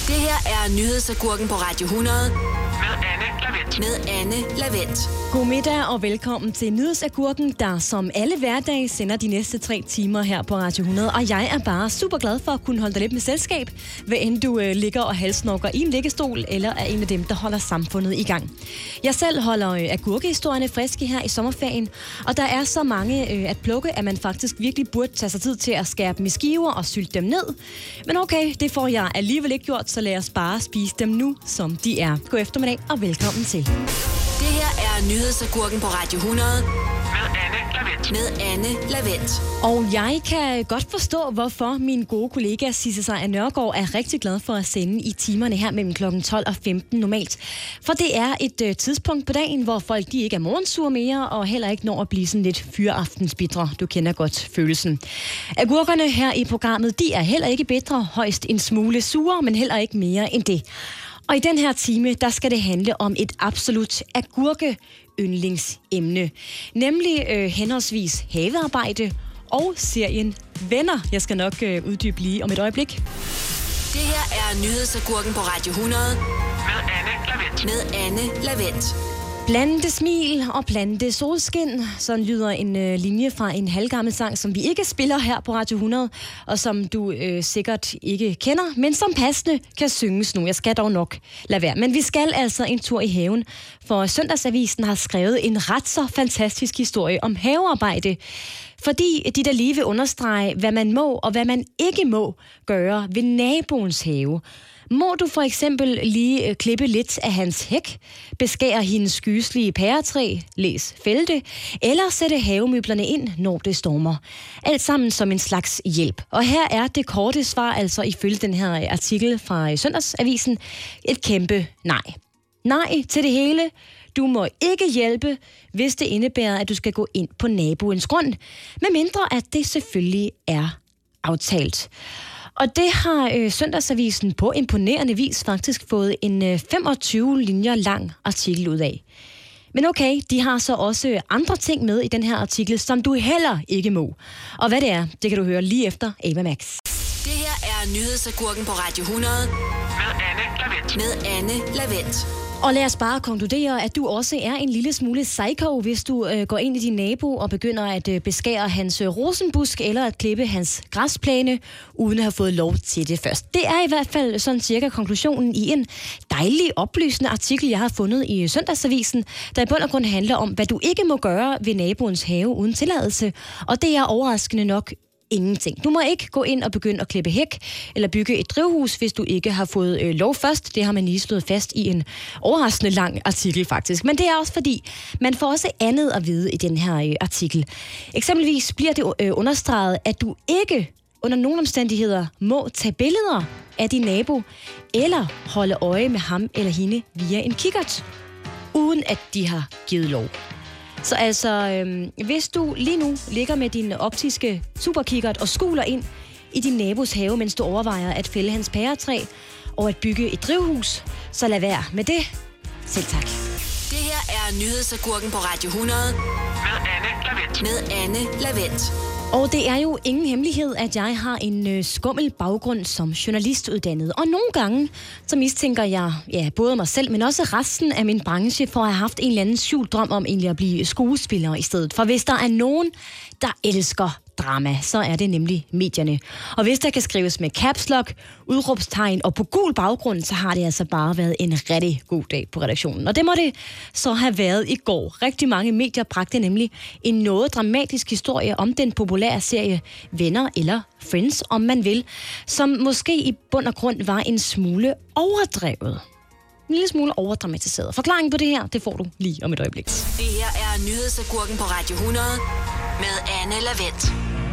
Det her er nyhedsagurken på Radio 100. Med Anne Lavent. God middag og velkommen til Nyhedsagurken, der som alle hverdage sender de næste 3 timer her på Radio 100. Og jeg er bare super glad for at kunne holde dig lidt med selskab, hvad end du ligger og halsnokker i en liggestol, eller er en af dem, der holder samfundet i gang. Jeg selv holder agurkehistorierne friske her i sommerferien, og der er så mange at plukke, at man faktisk virkelig burde tage sig tid til at skære dem i skiver og sylte dem ned. Men okay, det får jeg alligevel ikke gjort, så lad os bare spise dem nu, som de er. God eftermiddag og velkommen til. Det her er nyhedsagurken på Radio 100. Med Anne Lavent. Og jeg kan godt forstå, hvorfor min gode kollega Sisse Sejer Nørgaard er rigtig glad for at sende i timerne her mellem kl. 12 og 15 normalt. For det er et tidspunkt på dagen, hvor folk de ikke er morgensure mere, og heller ikke når at blive sådan lidt fyraftensbitre. Du kender godt følelsen. Agurkerne her i programmet, de er heller ikke bitre, højst en smule sure, men heller ikke mere end det. Og i den her time, der skal det handle om et absolut agurke-yndlingsemne. Nemlig henholdsvis havearbejde og serien Venner. Jeg skal nok uddybe lige om et øjeblik. Det her er nyhedsagurken på Radio 100. Med Anne Lavent. Plante smil og plante solskin. Sådan lyder en linje fra en halvgammel sang, som vi ikke spiller her på Radio 100, og som du sikkert ikke kender, men som passende kan synges nu. Jeg skal dog nok lade være. Men vi skal altså en tur i haven, for Søndagsavisen har skrevet en ret så fantastisk historie om havearbejde. Fordi de der lige vil understrege, hvad man må og hvad man ikke må gøre ved naboens have. Må du for eksempel lige klippe lidt af hans hæk, beskære hendes skyslige pæretræ, læs fælte, eller sætte havemøblerne ind, når det stormer. Alt sammen som en slags hjælp. Og her er det korte svar, altså ifølge den her artikel fra Søndagsavisen, et kæmpe nej. Nej til det hele. Du må ikke hjælpe, hvis det indebærer, at du skal gå ind på naboens grund, medmindre at det selvfølgelig er aftalt. Og det har Søndagsavisen på imponerende vis faktisk fået en 25 linjer lang artikel ud af. Men okay, de har så også andre ting med i den her artikel, som du heller ikke må. Og hvad det er, det kan du høre lige efter Ava Max. Det her er nyhedsagurken på Radio 100. Med Anne Lavent. Og lad os bare konkludere, at du også er en lille smule psycho, hvis du går ind i din nabo og begynder at beskære hans rosenbusk eller at klippe hans græsplæne, uden at have fået lov til det først. Det er i hvert fald sådan cirka konklusionen i en dejlig oplysende artikel, jeg har fundet i Søndagsavisen, der i bund og grund handler om, hvad du ikke må gøre ved naboens have uden tilladelse. Og det er overraskende nok ingenting. Du må ikke gå ind og begynde at klippe hæk eller bygge et drivhus, hvis du ikke har fået lov først. Det har man lige slået fast i en overraskende lang artikel faktisk. Men det er også fordi, man får også andet at vide i den her artikel. Eksempelvis bliver det understreget, at du ikke under nogen omstændigheder må tage billeder af din nabo eller holde øje med ham eller hende via en kikkert, uden at de har givet lov. Så altså, hvis du lige nu ligger med din optiske superkikkert og skuler ind i din nabos have, mens du overvejer at fælde hans pæretræ og at bygge et drivhus, så lad være med det. Selv tak. Det her er nyhedsagurken på Radio 100. Med Anne Lavent. Og det er jo ingen hemmelighed, at jeg har en skummel baggrund som journalistuddannet. Og nogle gange, så mistænker jeg både mig selv, men også resten af min branche, for at have haft en eller anden skjult drøm om egentlig at blive skuespiller i stedet. For hvis der er nogen, der elsker drama, så er det nemlig medierne. Og hvis der kan skrives med caps lock, udråbstegn og på gul baggrund, så har det altså bare været en rigtig god dag på redaktionen. Og det må det så have været i går. Rigtig mange medier bragte nemlig en noget dramatisk historie om den populære serie Venner eller Friends, om man vil, som måske i bund og grund var en smule overdrevet. En lille smule overdramatiseret. Forklaringen på det her, det får du lige om et øjeblik. Det her er nyhedsagurken på Radio 100 med Anne Lavent.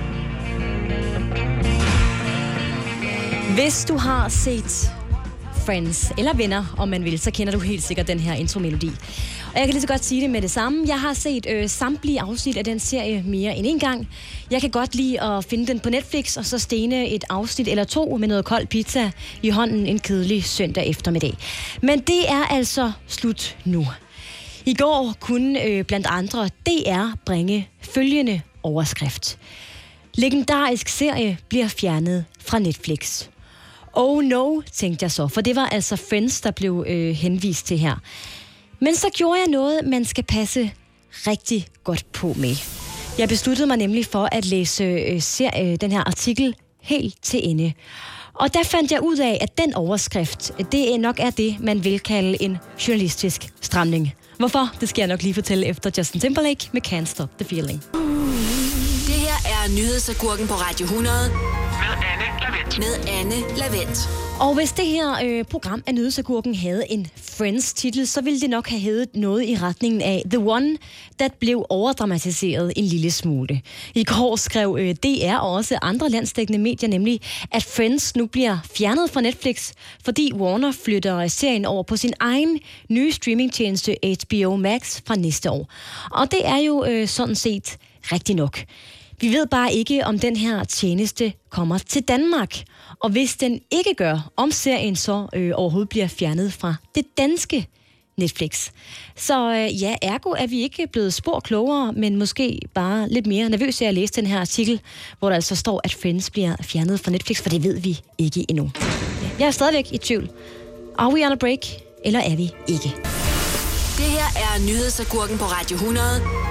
Hvis du har set Friends eller Venner, om man vil, så kender du helt sikkert den her intromelodi. Og jeg kan lige så godt sige det med det samme. Jeg har set samtlige afsnit af den serie mere end en gang. Jeg kan godt lide at finde den på Netflix, og så stene et afsnit eller to med noget kold pizza i hånden en kedelig søndag eftermiddag. Men det er altså slut nu. I går kunne blandt andre DR bringe følgende overskrift. Legendarisk serie bliver fjernet fra Netflix. Oh no, tænkte jeg så, for det var altså Friends, der blev henvist til her. Men så gjorde jeg noget, man skal passe rigtig godt på med. Jeg besluttede mig nemlig for at læse den her artikel helt til ende. Og der fandt jeg ud af, at den overskrift, det nok er det, man vil kalde en journalistisk stramning. Hvorfor? Det skal jeg nok lige fortælle efter Justin Timberlake med Can't Stop the Feeling. Det her er Nyhedsagurken på Radio 100 med Anne Lavent. Og hvis det her program af Nyhedsagurken havde en Friends-titel, så ville det nok have heddet noget i retningen af The One, that blev overdramatiseret en lille smule. I går skrev DR og også andre landsdækkende medier nemlig, at Friends nu bliver fjernet fra Netflix, fordi Warner flytter serien over på sin egen nye streamingtjeneste HBO Max fra næste år. Og det er jo sådan set rigtigt nok. Vi ved bare ikke, om den her tjeneste kommer til Danmark. Og hvis den ikke gør, om serien så overhovedet bliver fjernet fra det danske Netflix. Så ja, ergo er vi ikke blevet spor klogere, men måske bare lidt mere nervøse af at læse den her artikel, hvor der altså står, at Friends bliver fjernet fra Netflix, for det ved vi ikke endnu. Jeg er stadigvæk i tvivl. Are we on a break, eller er vi ikke? Det her er Nyhedsagurken på Radio 100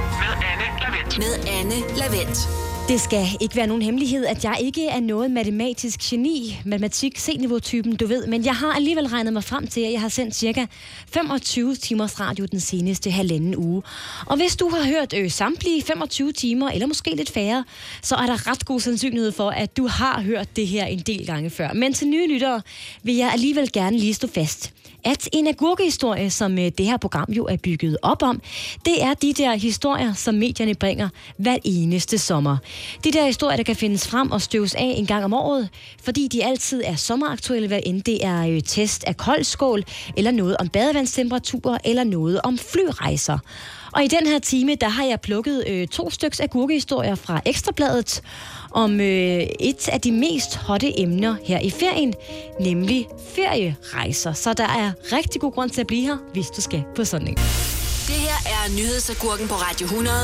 med Anne Lavent. Det skal ikke være nogen hemmelighed, at jeg ikke er noget matematisk geni, matematik C-niveau-typen, du ved, men jeg har alligevel regnet mig frem til, at jeg har sendt cirka 25 timers radio den seneste halvanden uge. Og hvis du har hørt samtlige 25 timer, eller måske lidt færre, så er der ret god sandsynlighed for, at du har hørt det her en del gange før. Men til nye lyttere vil jeg alligevel gerne lige stå fast, at en agurkehistorie, som det her program jo er bygget op om, det er de der historier, som medierne bringer hver eneste sommer. De der historier, der kan findes frem og støves af en gang om året, fordi de altid er sommeraktuelle, hvad end det er test af koldskål, eller noget om badevandstemperaturer, eller noget om flyrejser. Og i den her time, der har jeg plukket 2 styks agurkehistorier fra Ekstrabladet om et af de mest hotte emner her i ferien, nemlig ferierejser. Så der er rigtig god grund til at blive her, hvis du skal på sådan en. Det her er Nyhedsagurken på Radio 100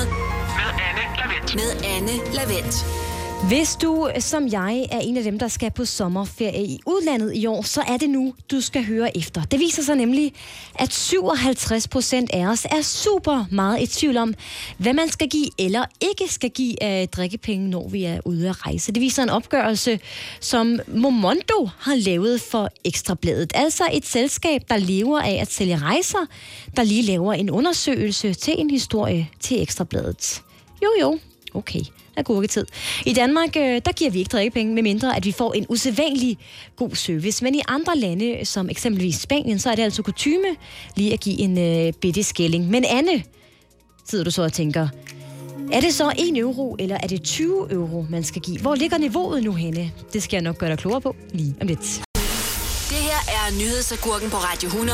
med Anne Lavent. Hvis du, som jeg, er en af dem, der skal på sommerferie i udlandet i år, så er det nu, du skal høre efter. Det viser sig nemlig, at 57% af os er super meget i tvivl om, hvad man skal give eller ikke skal give af drikkepenge, når vi er ude at rejse. Det viser en opgørelse, som Momondo har lavet for Ekstrabladet. Altså et selskab, der lever af at sælge rejser, der lige laver en undersøgelse til en historie til Ekstrabladet. Jo, okay. Agurketid. I Danmark, der giver vi ikke drikkepenge, medmindre at vi får en usædvanlig god service. Men i andre lande, som eksempelvis Spanien, så er det altså kutyme lige at give en bitte skilling. Men Anne, sidder du så og tænker, er det så 1 euro, eller er det 20 euro, man skal give? Hvor ligger niveauet nu henne? Det skal jeg nok gøre dig klogere på lige om lidt. Det her er Nyhedsagurken på Radio 100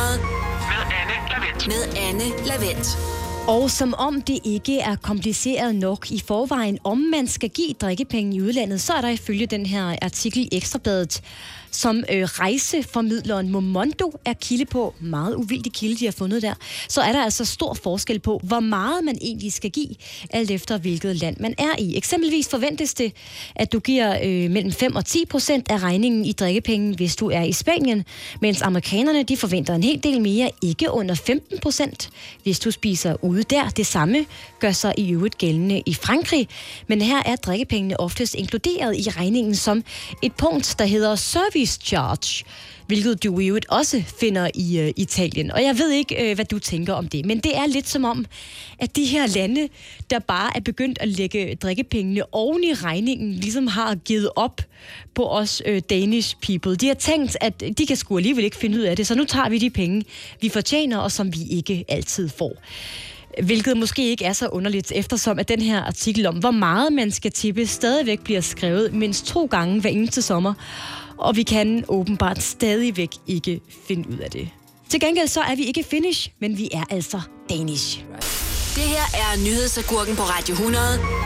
med Anne Lavent. Og som om det ikke er kompliceret nok i forvejen, om man skal give drikkepenge i udlandet, så er der ifølge den her artikel i Ekstrabladet, som rejseformidleren Momondo er kilde på, meget uvildig kilde, de har fundet der, så er der altså stor forskel på, hvor meget man egentlig skal give, alt efter hvilket land man er i. Eksempelvis forventes det, at du giver mellem 5 og 10% af regningen i drikkepenge, hvis du er i Spanien, mens amerikanerne, de forventer en hel del mere, ikke under 15%, hvis du spiser ude der. Det samme gør sig i øvrigt gældende i Frankrig, men her er drikkepengene oftest inkluderet i regningen som et punkt, der hedder service charge, hvilket du i øvrigt også finder i Italien. Og jeg ved ikke, hvad du tænker om det, men det er lidt som om, at de her lande, der bare er begyndt at lægge drikkepengene oven i regningen, ligesom har givet op på os Danish people. De har tænkt, at de kan sgu alligevel ikke finde ud af det, så nu tager vi de penge, vi fortjener, og som vi ikke altid får. Hvilket måske ikke er så underligt, eftersom at den her artikel om, hvor meget man skal tippe, stadigvæk bliver skrevet mindst 2 gange hver eneste sommer. Og vi kan åbenbart stadigvæk ikke finde ud af det. Til gengæld så er vi ikke Finnish, men vi er altså Danish. Det her er Nyhedsagurken på Radio 100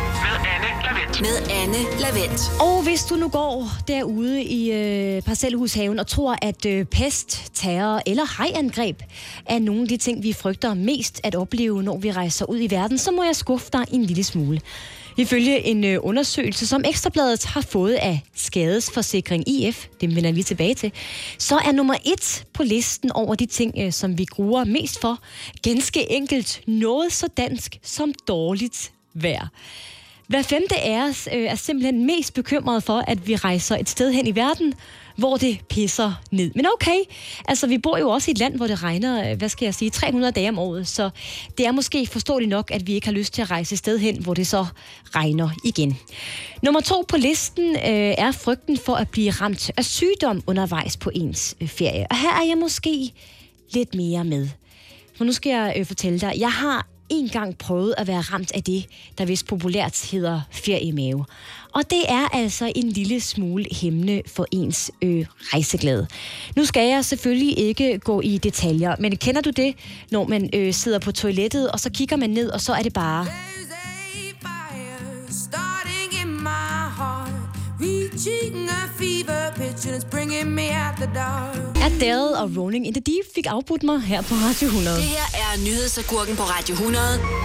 med Anne Lavent. Og hvis du nu går derude i parcelhushaven og tror, at pest, terror eller hajangreb er nogle af de ting, vi frygter mest at opleve, når vi rejser ud i verden, så må jeg skuffe dig en lille smule. Ifølge en undersøgelse, som Ekstrabladet har fået af Skadesforsikring IF, det vender vi tilbage til, så er nummer 1 på listen over de ting, som vi gruer mest for, ganske enkelt noget så dansk som dårligt vejr. Hver femte af os er simpelthen mest bekymret for, at vi rejser et sted hen i verden, hvor det pisser ned. Men okay, altså vi bor jo også i et land, hvor det regner, 300 dage om året, så det er måske forståeligt nok, at vi ikke har lyst til at rejse et sted hen, hvor det så regner igen. Nummer 2 på listen er frygten for at blive ramt af sygdom undervejs på ens ferie. Og her er jeg måske lidt mere med. For nu skal jeg fortælle dig, jeg har en gang prøvet at være ramt af det, der vist populært hedder feriemave. Og det er altså en lille smule hæmmende for ens rejseglæde. Nu skal jeg selvfølgelig ikke gå i detaljer, men kender du det, når man sidder på toilettet, og så kigger man ned, og så er det bare... Adele og Rolling in the Deep fik afbrudt mig her på Radio 100. Det her er Nyhedsagurken på Radio 100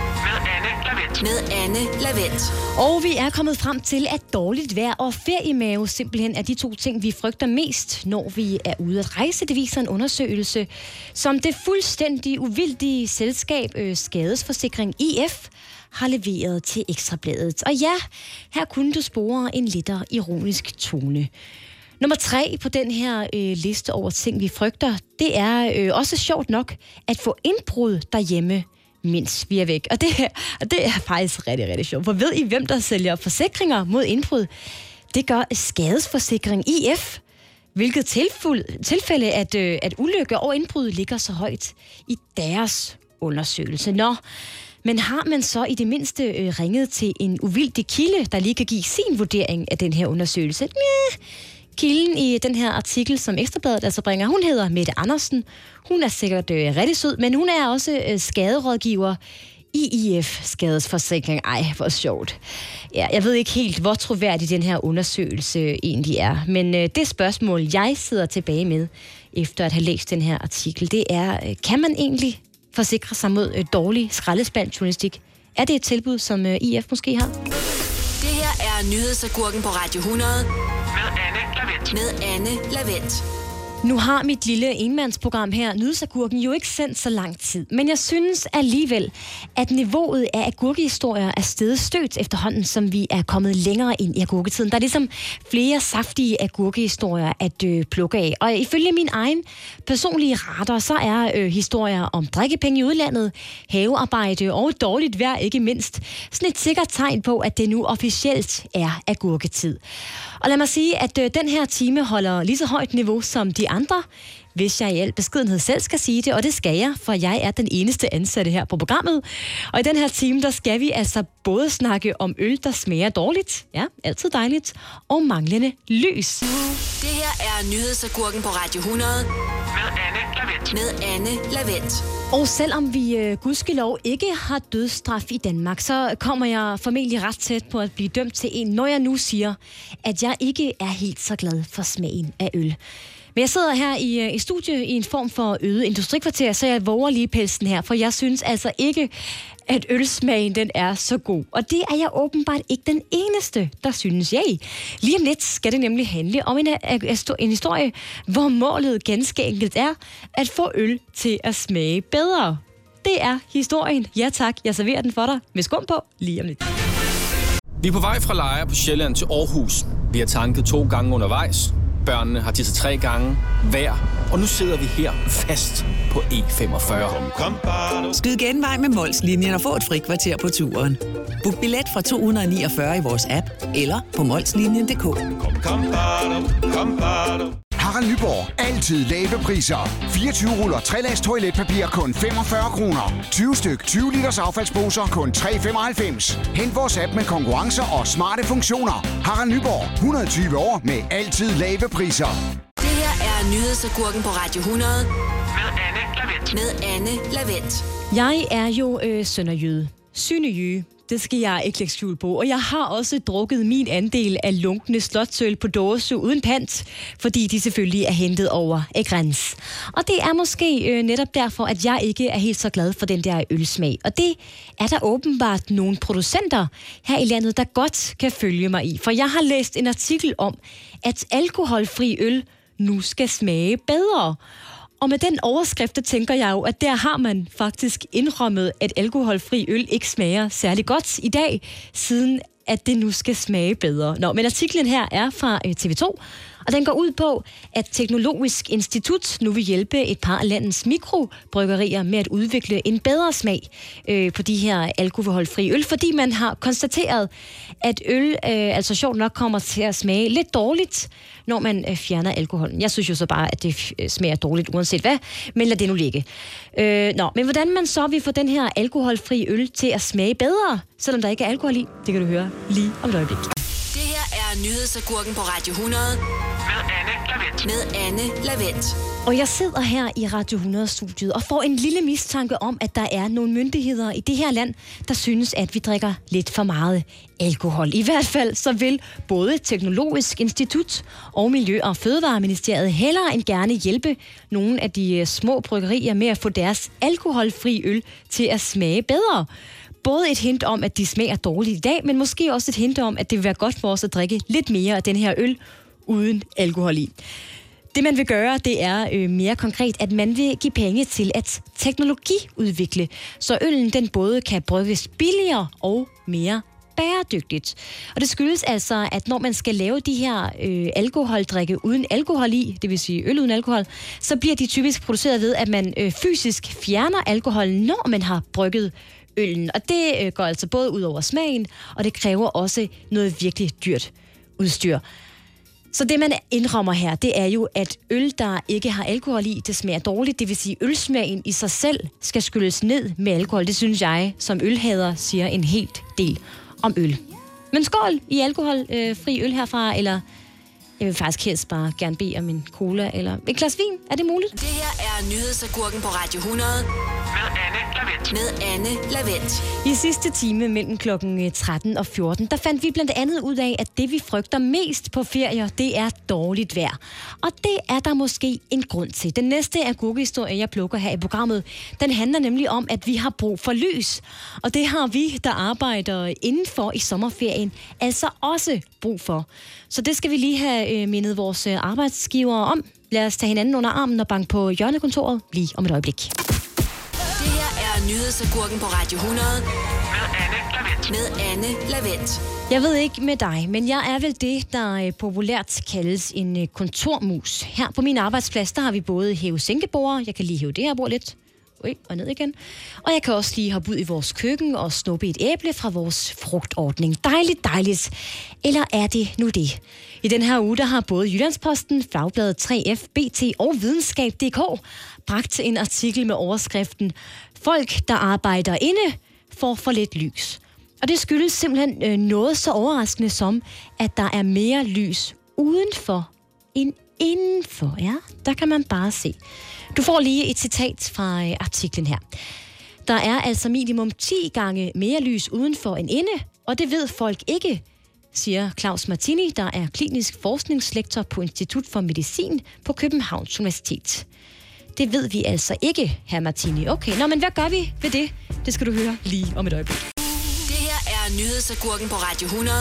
med Anne Lavent. Og vi er kommet frem til, at dårligt vejr og feriemave simpelthen er de 2 ting, vi frygter mest, når vi er ude at rejse. Det viser en undersøgelse, som det fuldstændig uvildige selskab Skadesforsikring IF har leveret til Ekstrabladet. Og ja, her kunne du spore en lidt ironisk tone. Nummer 3 på den her liste over ting, vi frygter, det er også sjovt nok at få indbrud derhjemme, mens vi er væk. Og det er faktisk rigtig, rigtig sjovt. For ved I, hvem der sælger forsikringer mod indbrud? Det gør Skadesforsikring IF. Hvilket tilfælde, at ulykker og indbrud ligger så højt i deres undersøgelse. Nå, men har man så i det mindste ringet til en uvildig kilde, der lige kan give sin vurdering af den her undersøgelse? Kilden i den her artikel, som Ekstrabladet altså bringer, hun hedder Mette Andersen. Hun er sikkert rigtig sød, men hun er også skaderådgiver i IF Skadesforsikring. Ej, hvor sjovt. Ja, jeg ved ikke helt, hvor troværdig den her undersøgelse egentlig er, men det spørgsmål, jeg sidder tilbage med, efter at have læst den her artikel, det er, kan man egentlig forsikre sig mod dårlig skraldespandjournalistik? Er det et tilbud, som IF måske har? Det her er Nyhedsagurken på Radio 100 med Anne Lavent. Nu har mit lille enmandsprogram her, Nyhedsagurken, jo ikke sendt så lang tid. Men jeg synes alligevel, at niveauet af agurkehistorier er steget stødt efterhånden, som vi er kommet længere ind i agurketiden. Der er ligesom flere saftige agurkehistorier at plukke af. Og ifølge min egen personlige radar, så er historier om drikkepenge i udlandet, havearbejde og dårligt vejr ikke mindst, sådan et sikkert tegn på, at det nu officielt er agurketid. Og lad mig sige, at den her time holder lige så højt niveau som de andre, hvis jeg i al beskedenhed selv skal sige det, og det skal jeg, for jeg er den eneste ansatte her på programmet. Og i den her time, der skal vi altså både snakke om øl, der smager dårligt, ja, altid dejligt, og manglende lys. Det her er Nyhedsagurken på Radio 100 med Anne Lavent. Og selvom vi gudskelov ikke har dødsstraf i Danmark, så kommer jeg formentlig ret tæt på at blive dømt til en, når jeg nu siger, at jeg ikke er helt så glad for smagen af øl. Men jeg sidder her i studiet i en form for øget industrikvarter, så jeg våger lige pelsen her, for jeg synes altså ikke, at ølsmagen den er så god. Og det er jeg åbenbart ikke den eneste, der synes jeg. Lige om lidt skal det nemlig handle om en historie, hvor målet ganske enkelt er at få øl til at smage bedre. Det er historien. Ja tak, jeg serverer den for dig med skum på lige om lidt. Vi er på vej fra Lejre på Sjælland til Aarhus. Vi har tanket 2 gange undervejs. Børnene har tisset 3 gange hver, og nu sidder vi her fast på E45. Skyd genvej med Mols-linjen og få et frikvarter på turen. Book billet fra 249 i vores app eller på molslinjen.dk. Harald Nyborg. Altid lave priser. 24 ruller 3-lags toiletpapir kun 45 kroner. 20 styk 20 liters affaldsposer kun 3,95. Hent vores app med konkurrencer og smarte funktioner. Harald Nyborg. 120 år med altid lave priser. Det her er Nyhedsagurken på Radio 100 med Anne Lavent. Jeg er jo sønderjyde. Synejyde. det skal jeg ikke lægge skjul på. Og jeg har også drukket min andel af lunkne slotsøl på dåse uden pant, fordi de selvfølgelig er hentet over Egrens. Og det er måske netop derfor, at jeg ikke er helt så glad for den der ølsmag. Og det er der åbenbart nogle producenter her i landet, der godt kan følge mig i. For jeg har læst en artikel om, at alkoholfri øl nu skal smage bedre. Og med den overskrift, tænker jeg jo, at der har man faktisk indrømmet, at alkoholfri øl ikke smager særlig godt i dag, siden at det nu skal smage bedre. Men artiklen her er fra TV2, og den går ud på, at Teknologisk Institut nu vil hjælpe et par af landets mikrobryggerier med at udvikle en bedre smag på de her alkoholfri øl, fordi man har konstateret, at øl altså sjovt nok kommer til at smage lidt dårligt, når man fjerner alkoholen. Jeg synes jo så bare, at det smager dårligt uanset hvad, men lad det nu ligge. Men hvordan man så vil få den her alkoholfri øl til at smage bedre, selvom der ikke er alkohol i, det kan du høre lige om et øjeblik. Det her er Nyhedsagurken på Radio 100 med Anne Lavendt. Og jeg sidder her i Radio 100-studiet og får en lille mistanke om, at der er nogle myndigheder i det her land, der synes, at vi drikker lidt for meget alkohol. I hvert fald så vil både Teknologisk Institut og Miljø- og Fødevareministeriet hellere end gerne hjælpe nogle af de små bryggerier med at få deres alkoholfri øl til at smage bedre. Både et hint om, at de smager dårligt i dag, men måske også et hint om, at det vil være godt for os at drikke lidt mere af den her øl uden alkohol i. Det man vil gøre, det er mere konkret, at man vil give penge til at teknologiudvikle, så øllen den både kan brygges billigere og mere bæredygtigt. Og det skyldes altså, at når man skal lave de her alkoholdrikke uden alkohol i, det vil sige øl uden alkohol, så bliver de typisk produceret ved, at man fysisk fjerner alkoholen, når man har brygget øllen. Og det går altså både ud over smagen, og det kræver også noget virkelig dyrt udstyr. Så det, man indrømmer her, det er jo, at øl, der ikke har alkohol i, det smager dårligt. Det vil sige, at ølsmagen i sig selv skal skylles ned med alkohol. Det synes jeg, som ølhader, siger en helt del om øl. Men skål i alkoholfri øl herfra, eller jeg vil faktisk helst bare gerne bede om en cola eller et glas vin. Er det muligt? Det her er Nyhedsagurken på Radio 100 med Anne Lavendt. I sidste time mellem klokken 13 og 14, der fandt vi blandt andet ud af, at det vi frygter mest på ferier, det er dårligt vejr. Og det er der måske en grund til. Den næste agurkehistorie, jeg plukker her i programmet, den handler nemlig om, at vi har brug for lys. Og det har vi, der arbejder indenfor i sommerferien, altså også brug for. Så det skal vi lige have mindet vores arbejdsgivere om. Lad os tage hinanden under armen og banke på hjørnekontoret lige om et øjeblik. Det her er Nyhedsagurken på Radio 100 med Anne Lavendt. Jeg ved ikke med dig, men jeg er vel det, der populært kaldes en kontormus. Her på min arbejdsplads, der har vi både hæve-sænkeborde. Jeg kan lige hæve det her bord lidt. Og ned igen. Og jeg kan også lige hoppe ud i vores køkken og snuppe et æble fra vores frugtordning. Dejligt, dejligt. Eller er det nu det? I den her uge, der har både Jyllandsposten, Fagbladet 3F, BT og Videnskab.dk bragt en artikel med overskriften "Folk, der arbejder inde, får for lidt lys". Og det skyldes simpelthen noget så overraskende som, at der er mere lys udenfor end indenfor. Ja, der kan man bare se. Du får lige et citat fra artiklen her. Der er altså minimum 10 gange mere lys udenfor end inde, og det ved folk ikke, siger Claus Martini, der er klinisk forskningslektor på Institut for Medicin på Københavns Universitet. Det ved vi altså ikke, hr. Martini. Okay, men hvad gør vi ved det? Det skal du høre lige om et øjeblik. Det her er Nyhedsagurken på Radio 100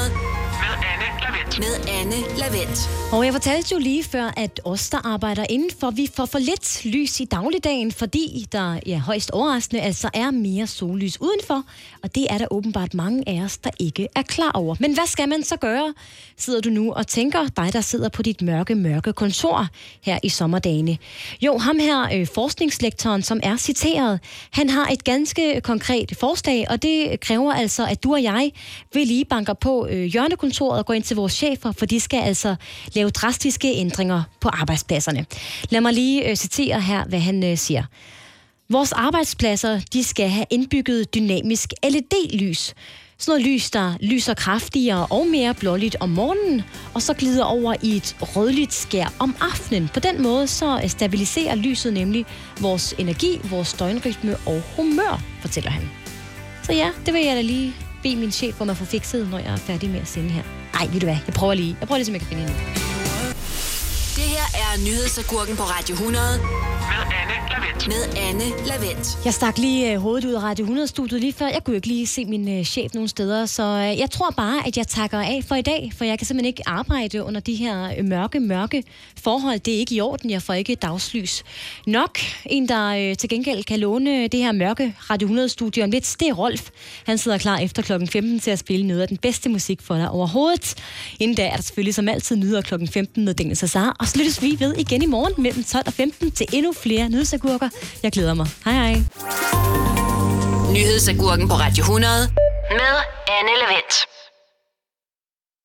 med Anne Lavendt. Og jeg fortalte jo lige før, at os, der arbejder indenfor, vi får for lidt lys i dagligdagen, fordi der, højst overraskende, altså er mere sollys udenfor. Og det er der åbenbart mange af os, der ikke er klar over. Men hvad skal man så gøre? Sidder du nu og tænker, dig der sidder på dit mørke kontor her i sommerdagene? Jo, ham her, forskningslektoren, som er citeret, han har et ganske konkret forslag, og det kræver altså, at du og jeg vil lige banke på hjørnekontoret og gå ind til vores chefer, for de skal altså lave drastiske ændringer på arbejdspladserne. Lad mig lige citere her, hvad han siger. Vores arbejdspladser, de skal have indbygget dynamisk LED-lys. Sådan noget lys, der lyser kraftigere og mere blåligt om morgenen, og så glider over i et rødligt skær om aftenen. På den måde så stabiliserer lyset nemlig vores energi, vores døgnrytme og humør, fortæller han. Så ja, det vil jeg da lige bede min chef om at få fikset, når jeg er færdig med at sende her. Ej, ved du hvad? Jeg prøver lige, som jeg kan finde hende. Det her er Nyhedsagurken på Radio 100. Med Anne Lavendt. Jeg stak lige hovedet ud af Radio 100-studiet lige før. Jeg kunne ikke lige se min chef nogen steder, så jeg tror bare, at jeg takker af for i dag, for jeg kan simpelthen ikke arbejde under de her mørke forhold. Det er ikke i orden, jeg får ikke dagslys nok. En, der til gengæld kan låne det her mørke Radio 100-studie om lidt, det er Rolf. Han sidder klar efter klokken 15 til at spille noget af den bedste musik for dig overhovedet. Inden da er der selvfølgelig som altid nyheder klokken 15 med Daniel Cesar, og så lyttes vi ved igen i morgen mellem 12 og 15 til endnu flere nyhedsagurker. Jeg glæder mig. Hej. Nyhedsagurken på Radio 100 med Anne Lavendt.